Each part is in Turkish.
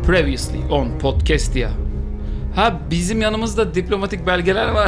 Previously on Podcastia. Ha, bizim yanımızda diplomatik belgeler var.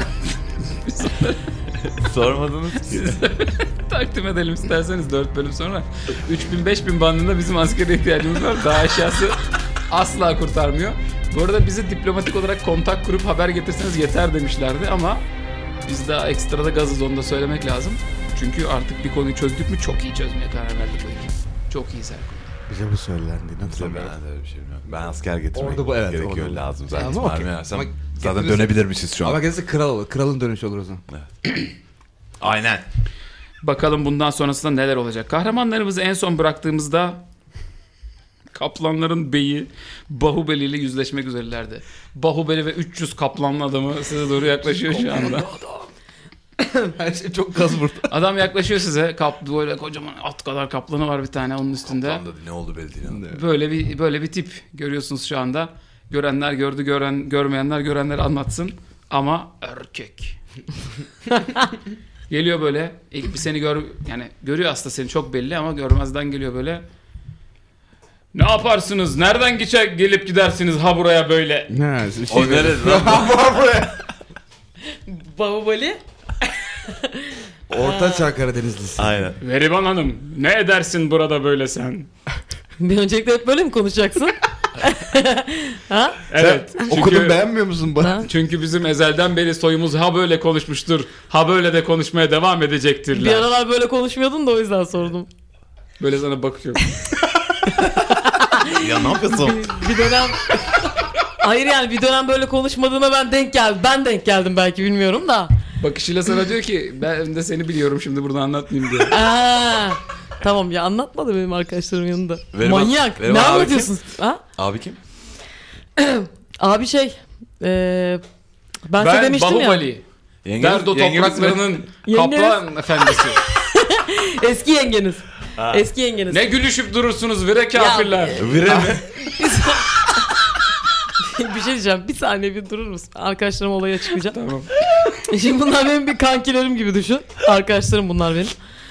Sormadınız ki. Takdim edelim isterseniz 4 bölüm sonra. 3000-5000 bandında bizim askere ihtiyacımız var. Daha aşağısı asla kurtarmıyor. Bu arada bizi diplomatik olarak kontak kurup haber getirseniz yeter demişlerdi ama biz daha ekstra da gazız, onu da söylemek lazım. Çünkü artık bir konuyu çözdük mü çok iyi çözmeye karar verdik bu ekip. Çok iyi her konu. Bize bu söylendi. Nasıl? Ben de öyle bir şey bilmiyorum. Ben asker getirmek Orada bu, evet, gerekiyor, orada. lazım zaten. Ama okey. Vermeyersem Ama zaten getirirse- dönebilirmişiz şu an. Ama kendisi kral olur. Kralın dönüşü olur o zaman. Aynen. Bakalım bundan sonrasında neler olacak. Kahramanlarımızı en son bıraktığımızda kaplanların beyi Bahubali ile yüzleşmek üzerelerdi. Bahubali ve 300 kaplanlı adamı size doğru yaklaşıyor şu anda. Her şey çok gaz burada. Adam yaklaşıyor size. Böyle kocaman at kadar kaplanı var bir tane onun üstünde. Kaplan da ne oldu belli değil. Böyle bir tip görüyorsunuz şu anda. Görenler gördü, görmeyenler görenleri anlatsın. Ama erkek. Geliyor böyle. İlk bir seni yani görüyor aslında seni, çok belli ama görmezden geliyor böyle. Ne yaparsınız? Nereden gelip gidersiniz ha buraya böyle? Ne? O neresi lan? Var buraya. Bahubali. Orta Çağ Karadenizlisi. Aynen. Veriban Hanım, ne edersin burada böyle sen? Bir öncelikle hep böyle mi konuşacaksın? Ha? Evet. Okudun, beğenmiyor musun bana? Ha? Çünkü bizim ezelden beri soyumuz ha böyle konuşmuştur. Ha böyle de konuşmaya devam Bir edecektirler. aralar böyle konuşmuyordun da o yüzden sordum. Böyle sana bakıyorum. Ya ne yapıyorsun? Bir dönem... Hayır yani bir dönem böyle konuşmadığına ben denk geldim. Ben denk geldim belki, bilmiyorum da. Bakışıyla sana diyor ki ben de seni biliyorum, şimdi burada anlatmayayım diyor. Tamam ya, anlatmadı benim arkadaşlarım yanında. Veriban- Manyak. Veriban Ne abi anlatıyorsun? Ha? Abi kim? Abi ben size demiştim ya. Bahubali. Derdo Yengemiz mi? topraklarının Yengemiz. kaplan efendisi. Eski yengeniz. Eski yengeniz. Ne gülüşüp durursunuz vire kafirler. Vire mi? Bir şey diyeceğim. Bir saniye bir durur musun? Arkadaşlarım olayı açıklayacağım. Tamam. Şimdi bunlar benim bir kankilerim gibi düşün. Arkadaşlarım bunlar benim.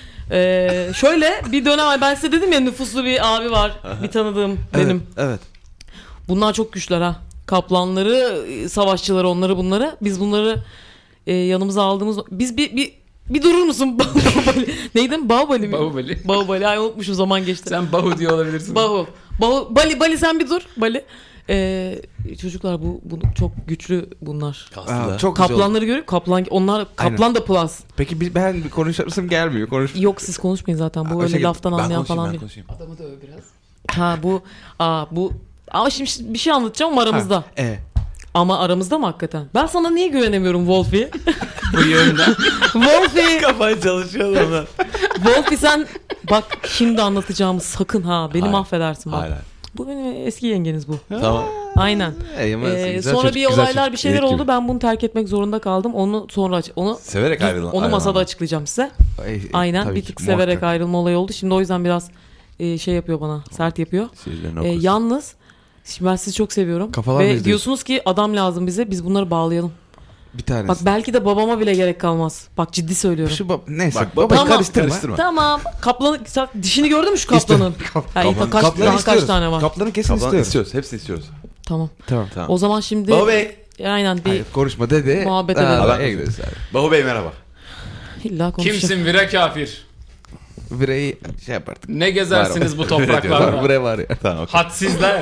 Şöyle bir dönem ben size dedim ya, nüfuslu bir abi var. Bir tanıdığım benim. Evet. Bunlar çok güçler ha. Kaplanları, savaşçıları, onları bunları. Biz bunları yanımıza aldığımız... Biz bir durur musun? Bahubali. Neydi? Bahubali mi? Bahubali. Bahubali. Ay unutmuşum, zaman geçti. Sen Bahu diye olabilirsin. Bali sen bir dur. Bali. Çocuklar bu çok güçlü bunlar. Kaslı. Çok güzel oldu. Kaplanları görüp onlar kaplan da plus. Peki ben bir konuşursam gelmiyor. Yok siz konuşmayın zaten. Bu O öyle şey, laftan Ben anlayan konuşayım, falan ben değil. konuşayım. Adamı da öv biraz. Ha bu ama şimdi bir şey anlatacağım ama aramızda. Ama aramızda mı hakikaten? Ben sana niye güvenemiyorum Wolfie? Bıyığından. Wolfie, Kafayı çalışıyor adamlar. Wolfie sen bak şimdi anlatacağımı sakın ha beni Hayır. mahvedersin bak. Aynen. Bu benim eski yengeniz bu. Tamam. Aynen. Sonra bir olaylar bir şeyler oldu. Ben bunu terk etmek zorunda kaldım. Onu sonra Severek ayrılan. onu masada açıklayacağım size. Aynen, bir tık severek ayrılma olayı oldu. Şimdi o yüzden biraz şey yapıyor bana, sert yapıyor. Yalnız şimdi ben sizi çok seviyorum. Kafalar ve bezliyorsun. diyorsunuz ki adam lazım bize, biz bunları bağlayalım. Bir tanesi. Bak belki de babama bile gerek kalmaz. Bak ciddi söylüyorum. Neyse. Bak, Baba tamam. karıştırma. Tamam. Kaplanın dişini gördün mü şu kaplanın? Kaç tane var? Kaplanı kesin Kaplan istiyoruz. istiyoruz. Hepsini istiyoruz. Tamam. Tamam. Tamam. O zaman şimdi Bahu Bey. aynen bir Hayır, konuşma dedi. Muhabbet Ha, edelim. ben gidiyoruz abi. Bahu Bey merhaba. illa konuşacağım. Kimsin vire kafir? Bireyi şey yapardık. Ne gezersiniz bu Var topraklarda? buraya var ya. Tamam. Okay. Hadsizler.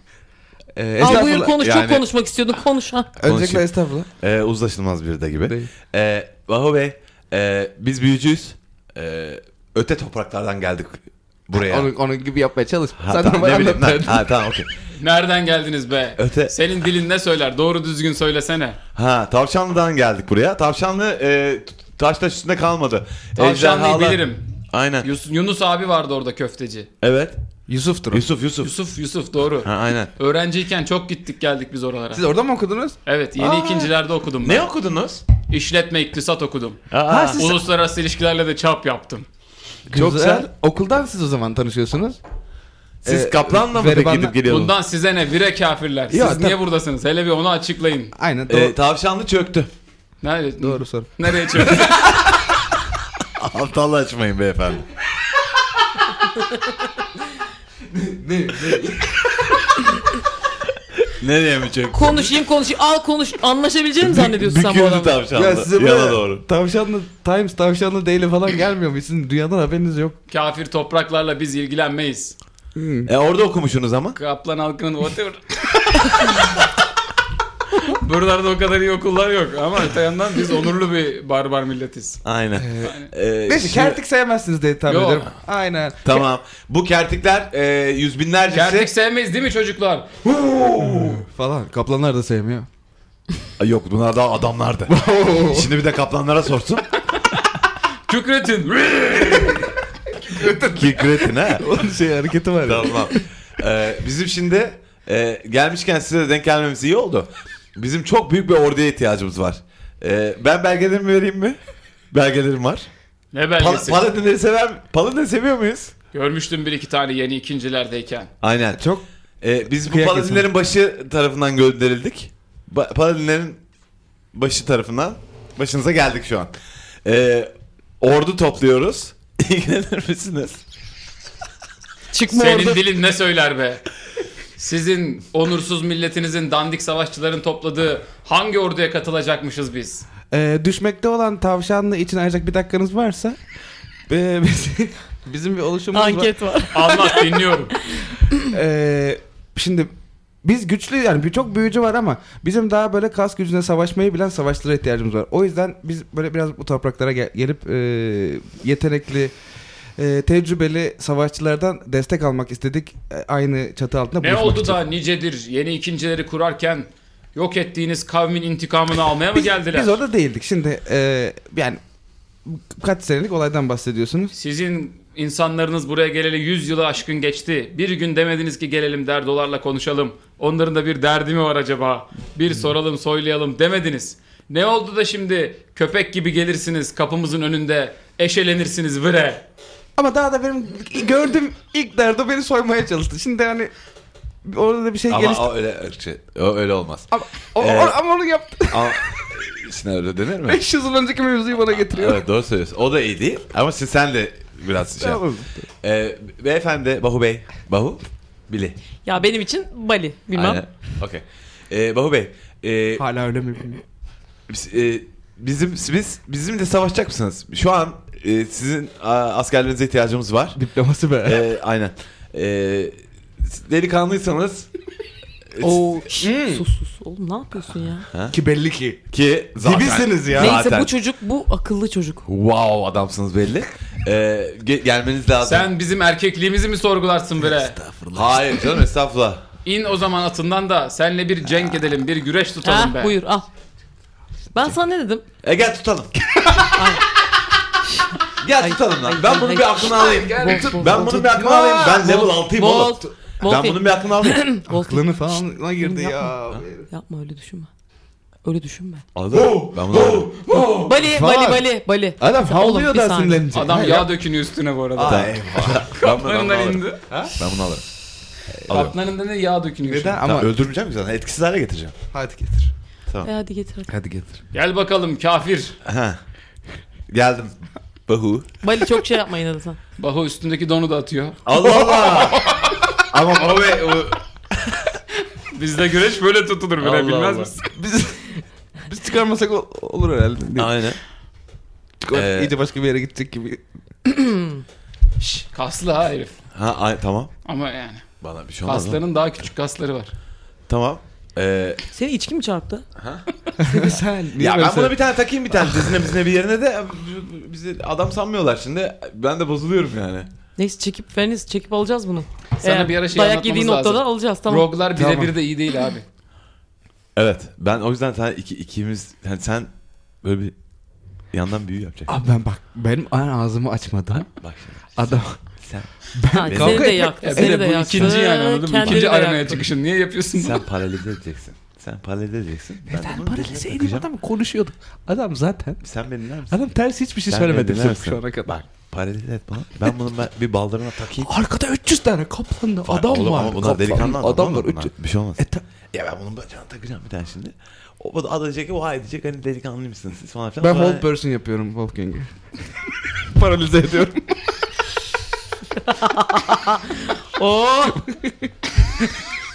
Al buyur konuş, Yani- çok konuşmak istiyordun, konuş ha. Öncelikle estağfurullah. Uzlaşılmaz bir de gibi. Değil. Bahu Bey, biz büyücüyüz. Öte topraklardan geldik buraya. Onun gibi yapmaya çalış. Ha, Sen tamam, normal ne bileyim. anlat. Ha, tamam okey. Nereden geldiniz be? Öte. Senin dilin ne söyler? Doğru düzgün söylesene. Ha, Tavşanlı'dan geldik buraya. Tavşanlı taş üstünde kalmadı. Tavşanlıyı Ejderhalar- bilirim. Aynen. Yunus abi vardı orada köfteci. Evet. Yusuf'tur o. Yusuf. Doğru. Ha, aynen. Öğrenciyken çok gittik geldik biz oralara. Siz orada mı okudunuz? Evet, yeni ikincilerde okudum ben. Ne okudunuz? İşletme, iktisat okudum. Aa, siz- Uluslararası ilişkilerle de çap yaptım. Çok güzel. Okuldan siz o zaman tanışıyorsunuz. Siz Kaplan'la mı peki Veriban'la- gidip geliyorsunuz? Bundan size ne? Vire kafirler. Siz Ya, niye buradasınız? Hele bir onu açıklayın. Aynen doğru. Tavşanlı çöktü. Nerede? Doğru soru. Nereye çöktü? Aptalla açmayın beyefendi. Nereye mi çöktü? Konuşayım. Al konuş. Anlaşabileceğini mi zannediyorsun sen bu Büküldü adamla? tavşanlı. Ya size Yana böyle doğru. tavşanlı Times tavşanlı değil falan gelmiyor mu? Sizin dünyadan haberiniz yok. Kafir topraklarla biz ilgilenmeyiz. Orada okumuşsunuz ama. Kaplan halkının whatever. Buralarda o kadar iyi okullar yok ama öte yandan biz onurlu bir barbar milletiz. Aynen. Neyse kertik sevmezsiniz diye tahmin Yok. ederim. Aynen. Tamam. Bu kertikler yüz binlercesi. Kertik sevmeyiz değil mi çocuklar? Falan. Kaplanlar da sevmiyor. Ay yok, bunlar daha adamlardı. Şimdi bir de kaplanlara sorsun. Kükretin. Kikretin ha. Onun hareketi var ya. Tamam. Bizim şimdi gelmişken size de denk gelmemiz iyi oldu. Bizim çok büyük bir orduya ihtiyacımız var. Ben belgelerimi vereyim mi? Belgelerim var. Ne belgesi? Paladinleri Paladinleri seviyor muyuz? Görmüştüm bir iki tane yeni ikincilerdeyken. Aynen. Çok Biz bu kıyak Paladinlerin başı tarafından gönderildik. Paladinlerin başı tarafından başınıza geldik şu an. Ordu topluyoruz. İlgilenir misiniz? Çıkma Senin orada. dilin ne söyler be? Sizin onursuz milletinizin dandik savaşçıların topladığı hangi orduya katılacakmışız biz? düşmekte olan tavşanlı için ayrıca bir dakikanız varsa bizim bir oluşumumuz var. Anket var. Anlat dinliyorum. Şimdi biz güçlü yani çok büyücü var ama bizim daha böyle kas gücüne savaşmayı bilen savaşçılara ihtiyacımız var. O yüzden biz böyle biraz bu topraklara gelip yetenekli tecrübeli savaşçılardan destek almak istedik. Aynı çatı altında Ne buluşmak oldu için. da nicedir yeni ikincileri kurarken yok ettiğiniz kavmin intikamını almaya mı geldiler? Biz orada değildik. Şimdi yani kaç senelik olaydan bahsediyorsunuz? Sizin insanlarınız buraya geleli 100 yılı aşkın geçti. Bir gün demediniz ki gelelim derdolarla konuşalım. Onların da bir derdi mi var acaba? Bir soralım soylayalım demediniz. Ne oldu da şimdi köpek gibi gelirsiniz kapımızın önünde eşelenirsiniz vire. Ama daha da benim gördüğüm ilk derdo beni soymaya çalıştı. Şimdi hani orada da bir şey Ama gelişti. o öyle olmaz. Ama, ama onu yaptı. Ama şimdi öyle denir mi? 500 yıl önceki mevzuyu bana getiriyor. Evet, doğru söylüyorsun. O da iyi değil ama sen de biraz şey. Tamam. Beyefendi Bahu Bey. Bahu? Bili. Ya benim için Bali. Bilmem. Aynen. Okey. Bahu Bey. Hala öyle mi bilmiyorum. Bizimle savaşacak mısınız? Şu an sizin askerlerinize ihtiyacımız var. Diploması be. Aynen. Delikanlıysanız Oo, sus. Oğlum ne yapıyorsun ya? Ki belli ki. ki zaten Gibisiniz ya. Neyse zaten. bu çocuk bu akıllı çocuk. Wow, adamsınız belli. Gelmeniz lazım. Sen bizim erkekliğimizi mi sorgularsın vire? Hayır canım, estağfurullah. İn o zaman atından da senle bir cenk edelim, bir güreş tutalım be. Buyur al. Ben sana ne dedim? Gel tutalım. Gel tutalım lan. Ben bunu bir aklına alayım. Ben bunu bir aklına alayım. Ben level 6'yım oğlum. Ben bunun bir aklına alayım. Aklını falan girdi ya. Yapma öyle düşünme. Öyle düşünme. Aldım. Ben bunu alırım. Bali. Adam havlıyor bir da saniye. sinirlenince. Adam yağ dökünüyor üstüne bu arada. Ben bunu Kaplarından alırım. indi. Ben bunu alırım. Kaplarından ne yağ dökünüyor. Neden? şimdi. Ama Tamam, öldürmeyeceğim ki zaten. Etkisiz hale getireceğim. hadi getir. Hadi getir hadi. Hadi getir. Gel bakalım kafir. Ha. Geldim. Bahu. Bali çok şey yapma yine de sen. Bahu üstündeki donu da atıyor. Allah Allah. Ama Bahu Bey Bizde güreş böyle tutulur bile Allah bilmez Allah. misin? Biz çıkarmasak olur herhalde. Değil. aynen. İyice başka bir yere gidecek gibi. Kaslı ha herif. Tamam. Ama yani. Bana bir şey olmaz. Kasların daha küçük kasları var. Tamam. Seni içki mi çarptı? Sen. Ya ben buna bir tane takayım, bir tane dizine bir yerine de bizi adam sanmıyorlar şimdi. Ben de bozuluyorum yani. Neyse çekip alacağız bunu. Sana Eğer bir ara şey dayak yediği anlatmamız noktada lazım. alacağız tamam. Rogue'lar birebir Tamam. de iyi değil abi. Evet. Ben o yüzden sen ikimiz yani sen böyle bir yandan büyü yapacaksın. Abi benim ağzımı açmadım. Bak şimdi. Adam. Sen Ha, Benim- seni de Kavga yaktı. Ya bir Seni de de bu yaktı. ikinci yani anladın mı? Kendini İkinci de aramaya yaktı. çıkışın. Niye yapıyorsun? sen paralelize edeceksin. Sen paralelize edeceksin. Ben de Ben bunu paralelize dizine edeyim takacağım. adam konuşuyorduk. Adam zaten. Sen beni dinler misin? Adam ters hiçbir şey Sen söylemedi beni dinler sırf şu misin? ana kadar. Bak paralelize et bana. Ben bunu bir baldırına takayım. Arkada 300 tane kaplanlı adam Oğlum, var. ama bunlar Kaplan, delikanlı adam var. bunlar. 300. Bir şey olmaz. Ta- Ya ben bunun bacağına takacağım bir tane şimdi. O da diyecek ki vay diyecek hani delikanlı mısınız siz falan filan. ben Sonra- hold person yapıyorum Wolfgang'i. Paralize ediyorum. Oo.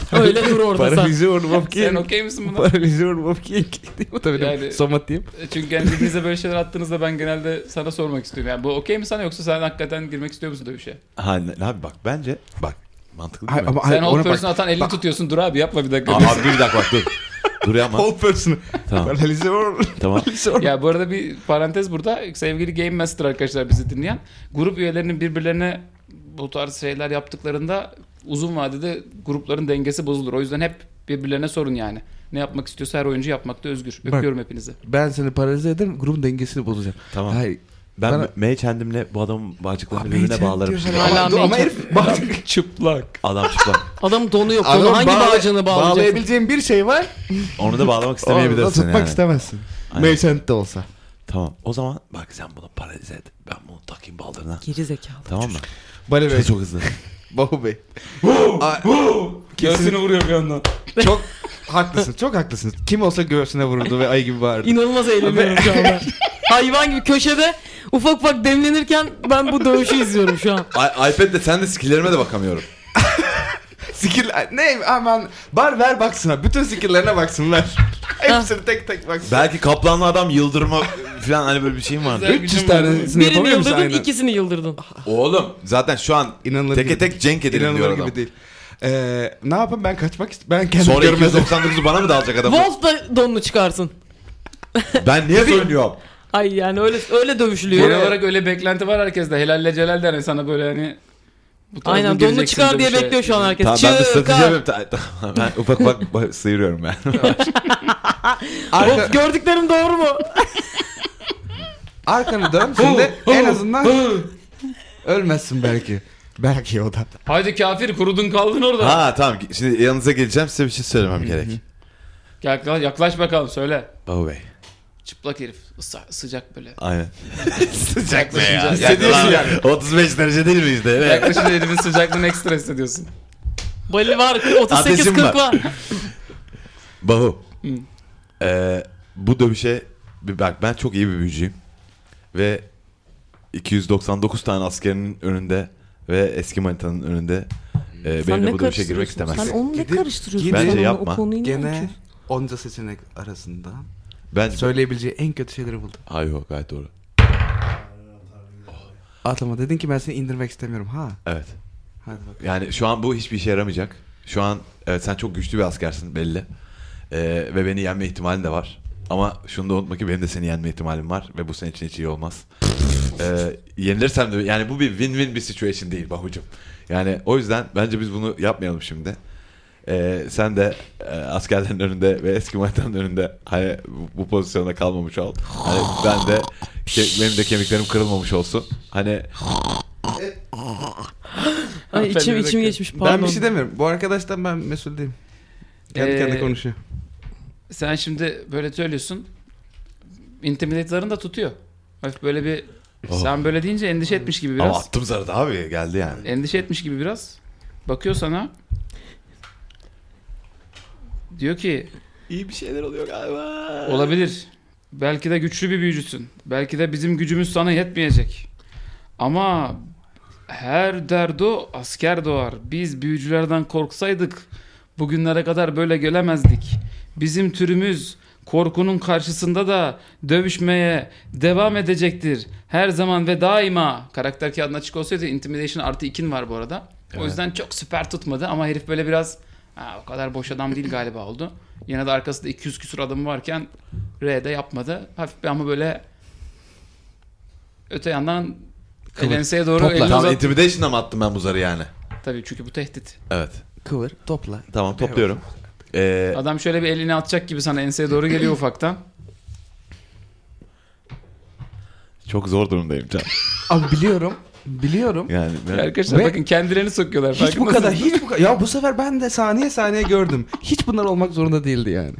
Öyle dur orada sen. Paralize World of Sen King. okey misin buna? Paralize World of King. Değil mi? Tabii Yani- Somat diyeyim. Çünkü yani birbirinize böyle şeyler attığınızda ben genelde sana sormak istiyorum. Yani bu okey mi sana yoksa sen hakikaten girmek istiyor musun dövüşe? Ha abi bak bence bak mantıklı değil mi? Ama Sen ona hold bak. person atan elini tutuyorsun. Dur abi yapma bir dakika. Abi bir dakika bak dur. Dur ya ama. Hold person'ı. Tamam. Paralize World. Tamam. Paralize World. Ya bu arada bir parantez burada. Sevgili Game Master arkadaşlar bizi dinleyen. Grup üyelerinin birbirlerine bu tarz şeyler yaptıklarında uzun vadede grupların dengesi bozulur. O yüzden hep birbirlerine sorun yani. Ne yapmak istiyorsa her oyuncu yapmakta özgür. Bak. Öpüyorum hepinizi. Ben seni paralize ederim, grubun dengesini bozacağım. Tamam. Hayır. Ben Bana- mage handimle bu adamın bağcıklarını Abi, birbirine mage hand bağlarım diyor şimdi. sana. Hala Ama mage herif bak. Çıplak. Adam çıplak. Adam donu yok. Adam Donu hangi bağcığını bağlayacaksın? bağlayabileceğim bir şey var. Onu da bağlamak Onu istemeyebilirsin tutmak yani. istemezsin. Aynen. Mage hand de olsa. Tamam. O zaman bak sen bunu paralize et. Ben bunu takayım baldırına. Geri zekalı. Tamam mı? Bale Bey. Çok hızlı. Bahu Bey. Göğsünü vuruyor bir yandan. Çok haklısın. Çok haklısınız. Kim olsa göğsüne vururdu ve ay gibi bağırdı. İnanılmaz eğleniyorum şu anda. Hayvan gibi köşede ufak ufak demlenirken ben bu dövüşü izliyorum şu an. iPad'de sen de skill'lerime de bakamıyorum. Skill ne aman bar ver baksınlar. Bütün skill'lerine baksınlar. Hepsini tek tek baksın. Belki kaplanlı adam yıldırma falan hani böyle bir şeyim vardı. Güzel. 300 tanesini Birini yapamıyor musun? yıldırdın, Aynen. ikisini yıldırdın. Oğlum zaten şu an İnanılır teke gibi. tek cenk edelim diyor İnanılır adam. gibi değil. Ne yapayım ben kaçmak ben kendim Sonra görmezdim. 299'u bana mı dağılacak adam? Wolf da donunu çıkarsın. Ben niye söylüyorum? Ay yani öyle dövüşülüyor. Genel olarak öyle beklenti var herkeste. Helalle Celal der sana böyle hani. Bu tarz Aynen mı donunu gireceksin çıkar diye dövüşe? bekliyor şu an herkes. Tamam ben de strateji Çıkar. yapıyorum. Tamam, ben ufak ufak sıyırıyorum ben. Of, gördüklerim doğru mu? Arkanı dön şimdi en azından ölmezsin belki. Belki o da. Haydi kafir kurudun kaldın orada. Ha tamam şimdi yanınıza geleceğim size bir şey söylemem gerek. Yaklaş bakalım söyle. Bahu Bey. Çıplak herif. Sıcak böyle. Aynen. Sıcak be ya. Yaklaşınca hissediyorsun yani. 35 derece değil miyiz de? Evet. Yaklaşınca herifin sıcaklığını ekstra hissediyorsun. Bali var, Ateşim 38-40 var. Bahu. Hı. Bu dövüşe bak ben çok iyi bir büyücüyüm. Ve 299 tane askerinin önünde ve eski manitanın önünde benimle bu dövüşe girmek Sen istemez. onu ne Gidip- karıştırıyorsun? Bence Sen onu- yapma. O konuyu ne Gene yapıyorsun? onca seçenek arasından Bence söyleyebileceği en kötü şeyleri buldu. Hayır yok gayet doğru. Atlama dedin ki ben seni indirmek istemiyorum ha. Evet. Hadi bak. Yani şu an bu hiçbir işe yaramayacak. Şu an evet sen çok güçlü bir askersin belli. Ve beni yenme ihtimalin de var. Ama şunu da unutma ki benim de seni yenme ihtimalim var. Ve bu senin için hiç iyi olmaz. Yenilirsem de yani bu bir win-win bir situation değil Bahucuğum. Yani o yüzden bence biz bunu yapmayalım şimdi. Sen de askerlerin önünde ve eski manitanın önünde hani bu pozisyonda kalmamış ol. Hani ben de benim de kemiklerim kırılmamış olsun. Hani Ay içim Affedersin. geçmiş pardon. Ben bir şey demiyorum. Bu arkadaştan ben mesul değilim. Kendi kendine konuşuyor. Sen şimdi böyle söylüyorsun. Intimidate'ların da tutuyor. Hafif böyle bir sen böyle deyince endişe etmiş gibi ama biraz. attım zarı da abi geldi yani. Endişe etmiş gibi biraz. Bakıyor sana. Diyor ki İyi bir şeyler oluyor galiba. olabilir. Belki de güçlü bir büyücüsün. Belki de bizim gücümüz sana yetmeyecek. Ama her derdo asker doğar. Biz büyücülerden korksaydık bugünlere kadar böyle gelemezdik. Bizim türümüz korkunun karşısında da dövüşmeye devam edecektir. Her zaman ve daima. Karakter kağıdına açık olsaydı Intimidation artı 2'in var bu arada. Evet. O yüzden çok süper tutmadı ama herif böyle biraz o kadar boş adam değil galiba oldu. Yine de arkasında 200 küsur adamı varken R'de yapmadı. Hafif bir ama böyle öte yandan Kıvır. enseye doğru Topla. elini Tamam uzat. intimidation'a mı attım ben bu zarı yani? Tabii çünkü bu tehdit. Evet. Kıvır, topla. Tamam topluyorum. Adam şöyle bir elini atacak gibi sana enseye doğru geliyor ufaktan. Çok zor durumdayım Can. Abi biliyorum. Biliyorum. Yani ben- Arkadaşlar Ve- bakın kendilerini sokuyorlar. Hiç bu farkında kadar, mısınız? hiç bu kadar. Ya bu sefer ben de saniye saniye gördüm. Hiç bunlar olmak zorunda değildi yani.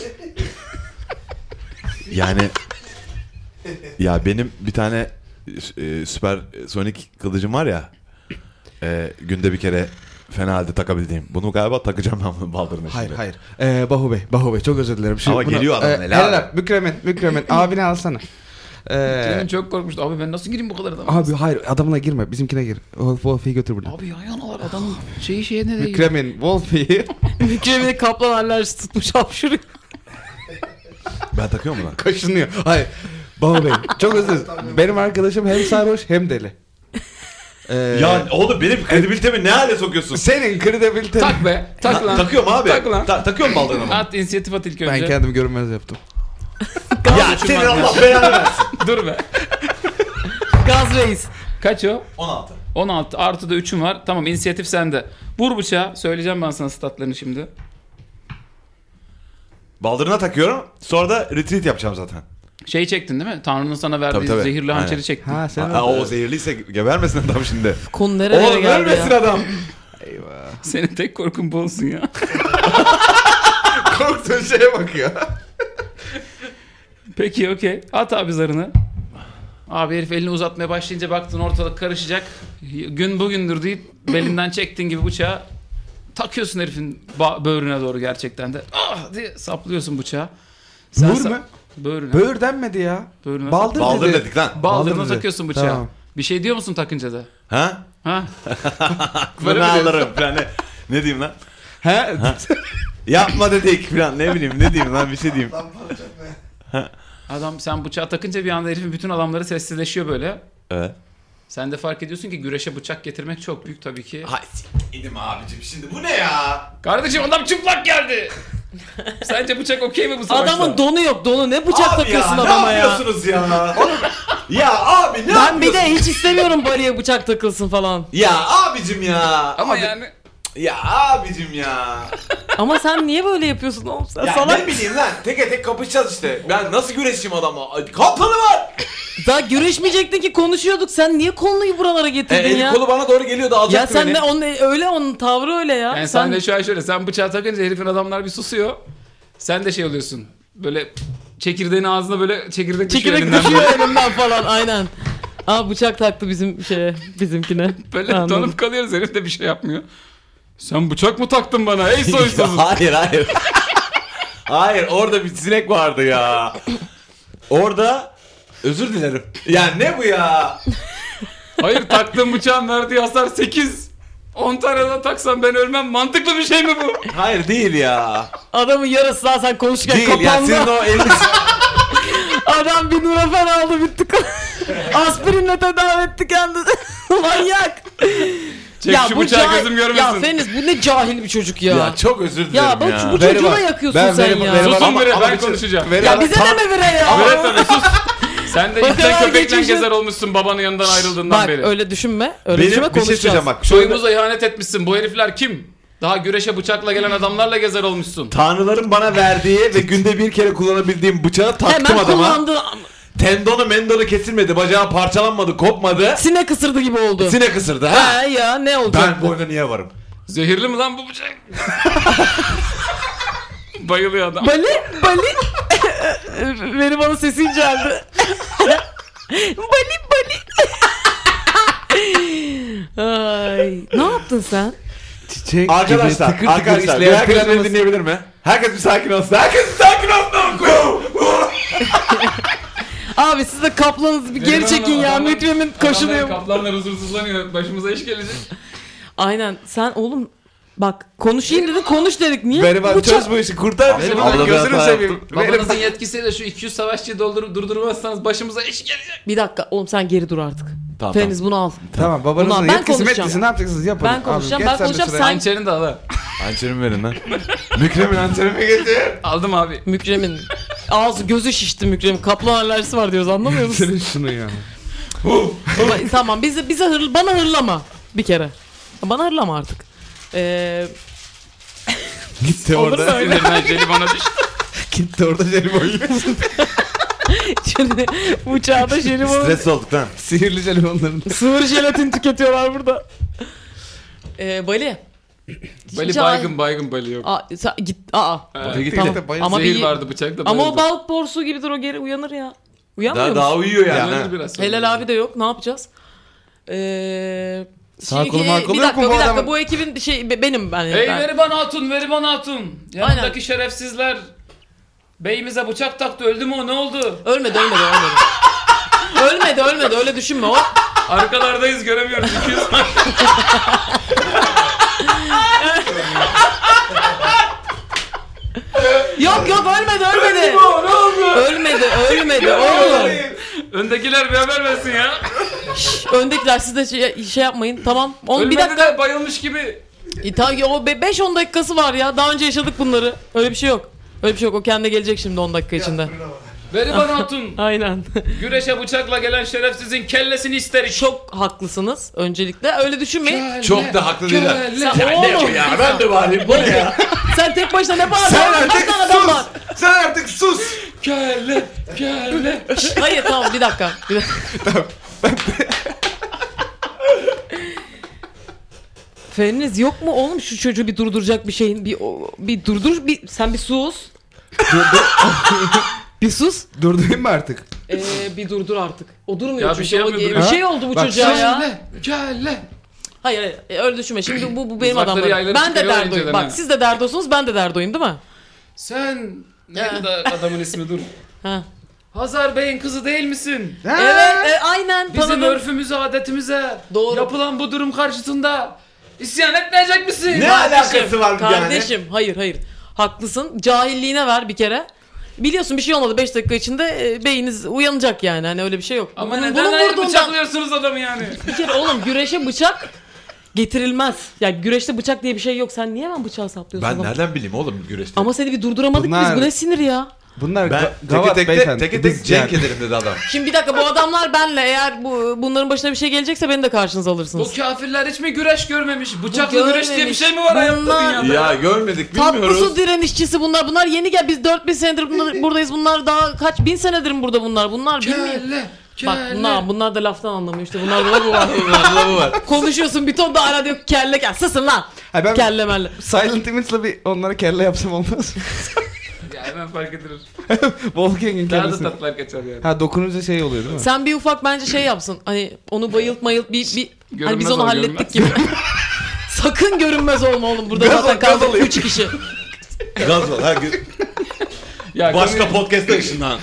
yani ya benim bir tane süper sonik kılıcım var ya. Günde bir kere fena halde takabildiğim. Bunu galiba takacağım ben bunu baldırına Hayır şimdi. hayır. Bahu Bey çok özür dilerim. Ama geliyor adam, hele helal abi. abi. Mükremin abini alsana. Canım çok korkmuştu. Abi ben nasıl gireyim bu kadar adama? Abi hayır adamına girme bizimkine gir. Wolfie'yi götür buradan. Abi yan yana var adamın şeyi şeye ne değil. Mükremin Wolfie'yi Mükremin'in kaplan alerjisi tutmuş hapşırıyor. Ben takıyor mu lan? Kaşınıyor. Hayır. Baba Bey çok özür dilerim. Benim arkadaşım hem sarhoş hem deli. Ya oğlum benim kredibilitemi ne hale sokuyorsun? Senin kredibiliten. Tak be. Tak lan. Takıyorum abi. Tak lan. Takıyorum baldırına mı? At inisiyatif at ilk önce. Ben kendimi görünmez yaptım. Ya senin Allah belanı versin. Dur be. Gaz reis. Kaç o? 16. 16 artı da 3'üm var. Tamam inisiyatif sende. Vur bıçağı. Söyleyeceğim ben sana statlarını şimdi. Baldırına takıyorum. Sonra da retreat yapacağım zaten. Şey çektin değil mi? Tanrı'nın sana verdiği Tabii. zehirli hançeri Aynen. çektin. Ha sen Ha, o zehirliyse gebermesin adam şimdi. Konu nereye Oğlum geldi ölmesin ya? adam. Eyvah. Senin tek korkun bu olsun ya. Korktuğun şeye bak ya. Peki okey. At abi zarını. Abi herif elini uzatmaya başlayınca baktın ortalık karışacak. Gün bugündür deyip belinden çektiğin gibi bıçağı takıyorsun herifin böğrüne doğru gerçekten de. Ah diye saplıyorsun bıçağı. Böğür mü? Böğrüne. Böğür denmedi ya. Böğrüne. Baldır, Baldır dedi. dedik lan. Baldırına Baldır dedi. takıyorsun bıçağı. Tamam. Bir şey diyor musun takınca da? Ha? Ha? Böyle mi alırım falan. Ne diyeyim lan? He? Yapma dedik falan ne bileyim ne diyeyim lan bir şey diyeyim. Adam sen bıçağı takınca bir anda herifin bütün adamları sessizleşiyor böyle. Evet. Sen de fark ediyorsun ki güreşe bıçak getirmek çok büyük tabii ki. Hay idim abicim şimdi bu ne ya? Kardeşim adam çıplak geldi. Sence bıçak okey mi bu savaşta? Adamın donu yok donu. Ne bıçak Abi takıyorsun ya, adama ne ya? yapıyorsunuz ya? Ya abi ne Ben yapıyorsun? bir de hiç istemiyorum bariye bıçak takılsın falan. Ya abicim ya. Ama Abi- yani Ya abicim ya. Ama sen niye böyle yapıyorsun oğlum? Sen Ya salak. ne bileyim lan teke tek kapışacağız işte. Ben nasıl güreşeyim adamla? Ay, kaplanı var. Daha güreşmeyecektin ki konuşuyorduk. Sen niye konuyu buralara getirdin Eli ya? kolu bana doğru geliyordu Ya alacaktı sen beni. de onun tavrı öyle ya. yani sen de şu an şöyle sen bıçağı takınca herifin adamlar bir susuyor. Sen de şey oluyorsun. Böyle çekirdeğin ağzına böyle çekirdek düşüyor çekirdek elinden. düşüyor elimden falan aynen. Aa bıçak taktı bizimkine. Böyle Anladım. donup kalıyoruz herif de bir şey yapmıyor. Sen bıçak mı taktın bana ey soysuzum? Hayır. Hayır orada bir sinek vardı ya. Orada özür dilerim. Ya ne bu ya? Hayır taktığım bıçağın verdiği hasar 8. 10 tane daha taksam ben ölmem. Mantıklı bir şey mi bu? Hayır değil ya. Adamın yarısı daha sen konuşurken Değil ya kapandı. senin o elini... Adam bir Nurofen aldı bitti. Aspirinle tedavi etti kendini. Manyak. Çek şu bıçağı gözüm görmesin. Ya Feniz bu ne cahil bir çocuk ya. Ya çok özür dilerim Ya ya. bak bu Ver çocuğu da bak. yakıyorsun Ver, sen ver, ya. ver, Susun Ama- bre ama ben bir şey- konuşacağım. Ver- Ya bize de mi vire ya? Evet tabii sus. Sen de Bak, itten hemen köpekten geçişin- gezer olmuşsun babanın yanından ayrıldığından Bak beri. öyle düşünme. Öyle Benim düşünme bir şey konuşacağız. söyleyeceğim bak. Soyumuza ihanet etmişsin. Bu herifler kim? Daha güreşe bıçakla gelen adamlarla gezer olmuşsun. Tanrıların bana verdiği ve günde bir kere kullanabildiğim bıçağı taktım Hemen adama. kullandı. Tendonu mendonu kesilmedi. Bacağı parçalanmadı, kopmadı. Sinek ısırdı gibi oldu. Sinek ısırdı ha. He ya ne olacak? Ben bu oyuna niye varım? Zehirli mi lan bu bıçak? Bayılıyor adam. Bali. Benim bana sesi inceldi. Bali. Ay, ne yaptın sen? Çiçek Arkadaşlar, gibi tıkır tıkır arkadaşlar işleyen herkes beni planımız. dinleyebilir mi? Herkes bir sakin olsun. Herkes bir sakin olsun. Abi siz de kaplanınızı bir geri çekin ya. Mükrem'in kaşınıyor. Kaplanlar huzursuzlanıyor. Başımıza iş gelecek. Aynen sen oğlum bak konuşayım dedin konuş dedik. Niye Berivan bıçak? çöz bu işi kurtar bizi. Benim Bundan abla bir gözünü hata seveyim. Babanızın yetkisiyle şu 200 savaşçıyı durdurmazsanız başımıza iş gelecek. Bir dakika oğlum sen geri dur artık. Tamam, Feniz bunu al. Tamam babanızın Ulan ben yetkisi konuşacağım. metkisi ne yapacaksınız yapın. Ben konuşacağım, Abi, ben geç sen de konuşacağım, sıraya. sen- Hançerini de al ha. Hançerimi verin lan. Mükremin hançerimi getir. Aldım abi. Mükrem'in ağzı gözü şişti Mükrem'in. Kaplan alerjisi var diyoruz anlamıyor musun? Bitirin şunu ya. Tamam bana hırlama bir kere. Bana hırlama artık. Gitti Olur orada. böyle. Sinirden jeli bana düştü. Gitti orada jelibon yiyor. Şimdi bıçağda jelibon. Stres olduk lan. Sihirli jelibonların. Sıvır jelatin tüketiyorlar burada. Bali. Bali Cahil- baygın bali yok. Sen git. Aa. Gitti. Tamam. Ama Zehir bir- vardı bıçakta. Ama o bayıldı. balık borsu gibidir o geri uyanır ya. Uyanmıyor Daha musun? uyuyor yani. Uyanır ha. biraz. Helal abi de yok. Ne yapacağız? Sağ kolu bir markolu yok mu dakika bu bir dakika adamın? bu ekibin benim ben. Hey ben. Veriban Hatun, Veriban Hatun. Yanındaki Aynen. şerefsizler beyimize bıçak taktı. Öldü mü o? Ne oldu? Ölmedi. ölmedi öyle düşünme o. Arkalardayız göremiyoruz. 200 Yok ölmedi oğlum. Öndekiler bir haber versin ya. Öndekiler siz de şey yapmayın tamam. Ölmedi Bir dakika. de bayılmış gibi. Tabii o 5-10 dakikası var ya. Daha önce yaşadık bunları. Öyle bir şey yok. O kendine gelecek şimdi 10 dakika içinde. Berivan Hatun. Aynen. Güreşe bıçakla gelen şerefsizin kellesini isteriz. Çok haklısınız öncelikle. Öyle düşünmeyin. Çok da haklı değiller. Sen oğlum. Ya ben de bağırayım. Bu ne ya? Sen tek başına ne bağırdın? Sen Kaç artık tane adam var? sus. Sen artık sus. Kelle. Hayır tamam bir dakika. Feniniz yok mu oğlum şu çocuğu bir durduracak bir şeyin bir durdur sen bir sus. Bir sus. Durdurayım mı artık? Bir durdur artık. O durmuyor Ya çünkü. bir şey yapıyor, duruyor. Bir şey oldu bu Bak, çocuğa ya. Kelle. Hayır öyle düşünme. Şimdi bu benim Uzakları adamlarım. yayları Ben de çıkıyor derdoyum. önceden Bak ha. siz de derdosunuz ben de derdoyum değil mi? Sen neydi da adamın ismi dur. Ha. Hazar Bey'in kızı değil misin? Evet aynen Bizim tanıdım. örfümüze, adetimize Doğru. yapılan bu durum karşısında isyan etmeyecek misin? Ne alakası var bu yani? Kardeşim hayır. Haklısın. Cahilliğine ver bir kere. Biliyorsun bir şey olmadı 5 dakika içinde beyiniz uyanacak yani. Hani öyle bir şey yok. Ama Bunun neden bıçaklıyorsunuz adamı yani? Bir kere oğlum güreşe bıçak getirilmez. Yani güreşte bıçak diye bir şey yok. Sen niye hemen bıçağı saplıyorsun Ben adamı? nereden bileyim oğlum güreşte? Ama seni bir durduramadık Bunlar- biz. Bu ne sinir ya? Bunlar Ben gavat beyefendi. teke tek Biz cenk yani- ederim dedi adam. Şimdi bir dakika bu adamlar benle eğer bunların başına bir şey gelecekse beni de karşınıza alırsınız. Bu kafirler hiç mi güreş görmemiş? Bıçaklı görmemiş. güreş diye bir şey mi var hayatta Bunlar- dünyada? Ya görmedik Tatlı bilmiyoruz. su direnişçisi bunlar. Bunlar yeni gel. Biz 4000 senedir buradayız. Bunlar daha kaç bin senedir mi burada bunlar? Bunlar bilmiyor. Bak bunlar da laftan anlamıyor işte. Bunlar da bu var. Bu var. Konuşuyorsun bir ton da ara diyor kelle gel. Susun lan. Ha, ben Kelle melle. Silent Image'la bir onlara kelle yapsam olmaz mı? Ya hemen fark edilir. Wolfgang'in Daha da kellesi. tatlar kaçar yani. Ha dokununca şey oluyor değil mi? Sen bir ufak bence şey yapsın. Hani onu bayılt hani biz Görünmez onu ol, hallettik gibi. Sakın görünmez olma oğlum. Burada Gaz zaten ol, gaz kaldık olayım. 3 kişi. Gaz ol. Ha, Ya başka podcast'a ışınlan.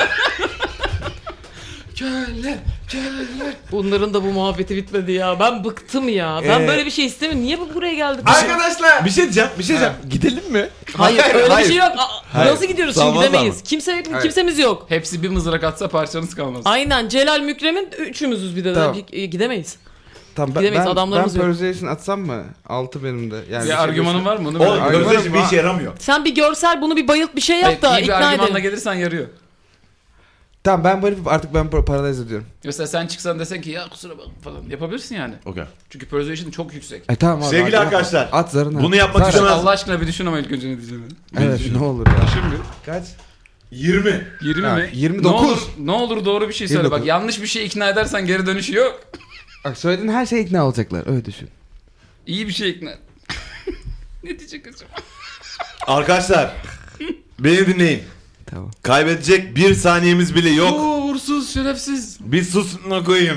Kelle. Bunların da bu muhabbeti bitmedi ya. Ben bıktım ya. Ben böyle bir şey istemiyorum. Niye buraya geldik? Arkadaşlar. Bir şey diyeceğim. Gidelim mi? Hayır öyle hayır. bir şey yok. Hayır. Nasıl gidiyoruz şimdi Salmaz gidemeyiz. ama. Kimsemiz yok. Hepsi bir mızrak atsa parçanız kalmaz. Aynen Celal Mükrem'in üçümüzüz bir de. Tamam. Gidemeyiz. Tamam Gidemeyiz, adamlarımız yok. Persuasion atsam mı? 6 benim de. Yani Bir argümanın var mı? Onu Oğlum merak ediyorum. gözleşim bir işe yaramıyor. Sen bir görsel bunu bir bayılt bir şey yap da İyi bir ikna argümanla edelim. gelirsen yarıyor. Tamam ben bu herifi artık Paradise ediyorum. Mesela sen çıksan desen ki ya kusura bakma falan yapabilirsin yani. Okey. Çünkü persuasion çok yüksek. Tamam abi. Sevgili at, arkadaşlar, At zarını. bunu yapmak Zar- istemez. Allah aşkına bir düşün ama ilk önce ne diyeceğimi. Evet ne olur ya. Şimdi Kaç? 20. 20 Ha, mi? 29. Ne olur doğru bir şey söyle. 29. Bak yanlış bir şey ikna edersen geri dönüşü yok. Bak söylediğin her şeye ikna olacaklar öyle düşün. İyi bir şey ikna. Ne diyecek acaba? Arkadaşlar beni dinleyin. Tamam. Kaybedecek bir saniyemiz bile yok. Oo uğursuz, şerefsiz. Bir susuna koyayım.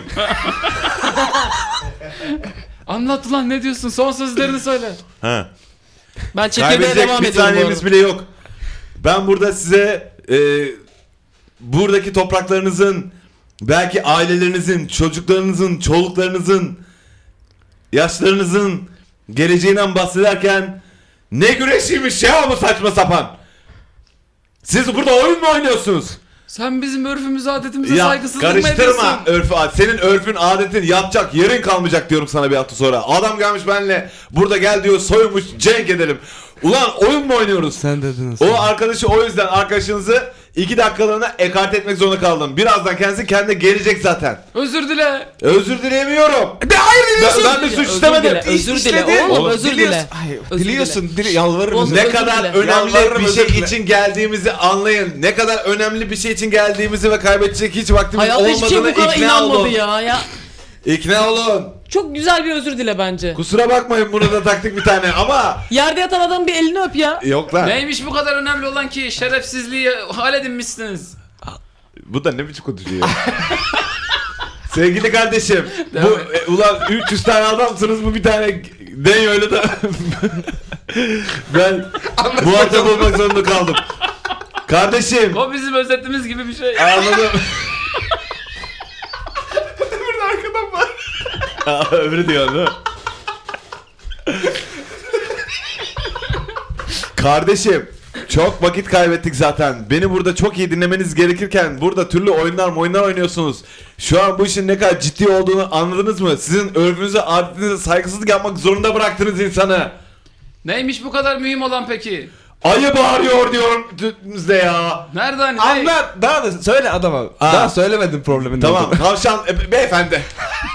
Anlat lan ne diyorsun? Son sözlerini söyle. Ha. Ben çekirdeğe Kaybedecek devam bir ediyorum bu saniyemiz arada. bile yok. Ben burada size buradaki topraklarınızın, belki ailelerinizin, çocuklarınızın, çoluklarınızın, yaşlarınızın geleceğinden bahsederken ne güreşiymiş ya bu saçma sapan. Siz burada oyun mu oynuyorsunuz? Sen bizim örfümüze, adetimize Ya saygısızlık mı ediyorsun? karıştırma örfü. Senin örfün, adetin yapacak yerin kalmayacak diyorum sana bir hafta sonra. Adam gelmiş benimle burada gel diyor soymuş cenk edelim. Ulan oyun mu oynuyoruz? Sen dedin O arkadaşı o yüzden arkadaşınızı 2 dakikalığına ekart etmek zorunda kaldım. Birazdan kendisi kendine gelecek zaten. Özür dile. Özür dileyemiyorum. Hayır Ben bir suç istemedim. Özür dile oğlum özür dile. Hayır, Özür diliyorsun. Yalvarırım. Oğlum, Ne özür kadar dile. önemli Yalvarırım, bir şey özür dile. için geldiğimizi anlayın. Ne kadar önemli bir şey için geldiğimizi ve kaybedecek hiç vaktimiz Hayatta hiçbir şey bu olmadığına kadar ikna inanmadı olun. ya. İkna olun. Çok güzel bir özür dile bence. Kusura bakmayın bunu da taktık bir tane ama Yerde yatan adamın bir elini öp ya. yok lan. Neymiş bu kadar önemli olan ki şerefsizliği hal edinmişsiniz. Bu da ne biçim konuşuyor? Sevgili kardeşim, bu ulan 300 tane adamsınız bu bir tane den öyle de ben muhatap olmak zorunda kaldım. Kardeşim, O bizim özetimiz gibi bir şey. anladım. Öbürünün arkadan var. Öbürü diyor değil mi? Kardeşim, Çok vakit kaybettik zaten. Beni burada çok iyi dinlemeniz gerekirken burada türlü oyunlar oynuyorsunuz. Şu an bu işin ne kadar ciddi olduğunu anladınız mı? Sizin örfünüze, adetinize saygısızlık yapmak zorunda bıraktınız insanı. Neymiş bu kadar mühim olan peki? Ayı bağırıyor diyorsunuz de ya. Nerede hani? Anlat. Daha da söyle adama. Daha söylemedin problemini. Tamam tavşan beyefendi.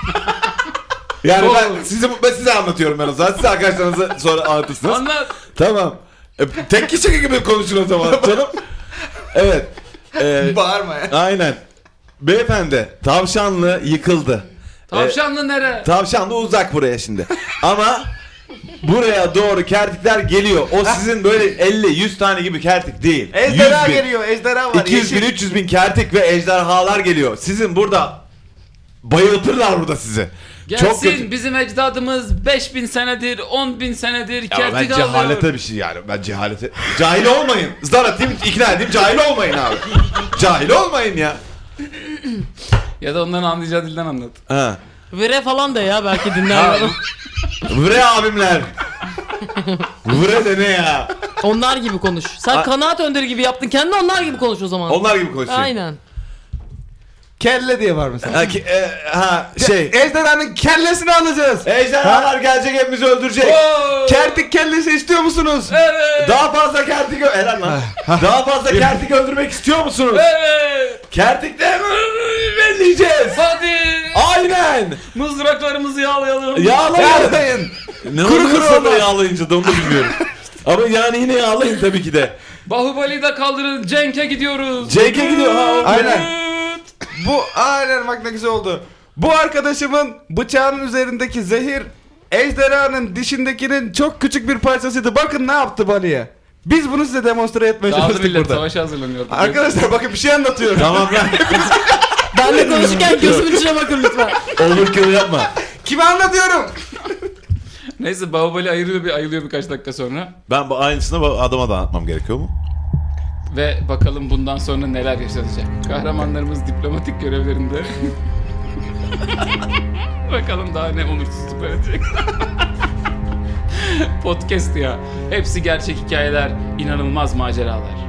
Yani ben size anlatıyorum ben o zaman. Siz arkadaşlarınıza sonra anlatırsınız. Anlat. Tamam. Tek kişi gibi konuşun o zaman canım. Evet. Bağırma ya. Aynen. Beyefendi Tavşanlı yıkıldı. Tavşanlı nere? Tavşanlı uzak buraya şimdi. Ama buraya doğru kertikler geliyor. O sizin böyle 50-100 tane gibi kertik değil. Ejderha 100 bin, geliyor. Ejderha var. 200 bin, 300 bin kertik ve ejderhalar geliyor. Sizin burada bayıltırlar burada sizi. Gelsin Çok kötü. bizim ecdadımız 5000 senedir, 10.000 senedir Ya ben kertik alıyor. cehalete bir şey yani. Ben cehaleete... Cahil olmayın. Zar atayım, ikna edeyim. Cahil olmayın abi. Cahil olmayın ya. Ya da onların anlayacağı dilden anlat. Ha. Vere falan da ya belki dinler. Vre abimler. Vre de ne ya? Onlar gibi konuş. Sen kanaat önderi gibi yaptın. Kendi onlar gibi konuş o zaman. Onlar gibi konuşayım. Aynen. Kelle diye var mesela. Şey. Ejderhanın kellesini alacağız. Ejderhalar gelecek hepimizi öldürecek. Kertik kellesi istiyor musunuz? Evet. Daha fazla kertik helal lan. Daha fazla kertik öldürmek istiyor musunuz? Evet. Kertikle belleyeceğiz. Hadi. Aynen. Mızraklarımızı yağlayalım. Yağlayın. Ne Kuru kuru oluyorsa da olmaz. yağlayınca da onu da bilmiyorum. Ama yani yine yağlayın tabii ki de. Bahubali'yi de kaldırın. Cenk'e gidiyoruz. Cenk'e gidiyor ha. Aynen. Bu aynen bak ne güzel oldu. Bu arkadaşımın bıçağının üzerindeki zehir ejderhanın dişindekinin çok küçük bir parçasıydı. Bakın ne yaptı Bali'ye. Biz bunu size demonstre etmeye Dağıldı çalıştık millet burada. savaşa hazırlanıyordu. Arkadaşlar bakın bir şey anlatıyorum. Tamam lan. Ben de konuşurken gözümün içine bakın lütfen. Overkill yapma. Kime anlatıyorum? Neyse Bahubali ayılıyor birkaç dakika sonra. Ben bu aynısını bu adama da anlatmam gerekiyor mu? Ve bakalım bundan sonra neler yaşanacak. Kahramanlarımız diplomatik görevlerinde. Bakalım daha ne onursuzluk verecek. Podcast ya. Hepsi gerçek hikayeler, inanılmaz maceralar.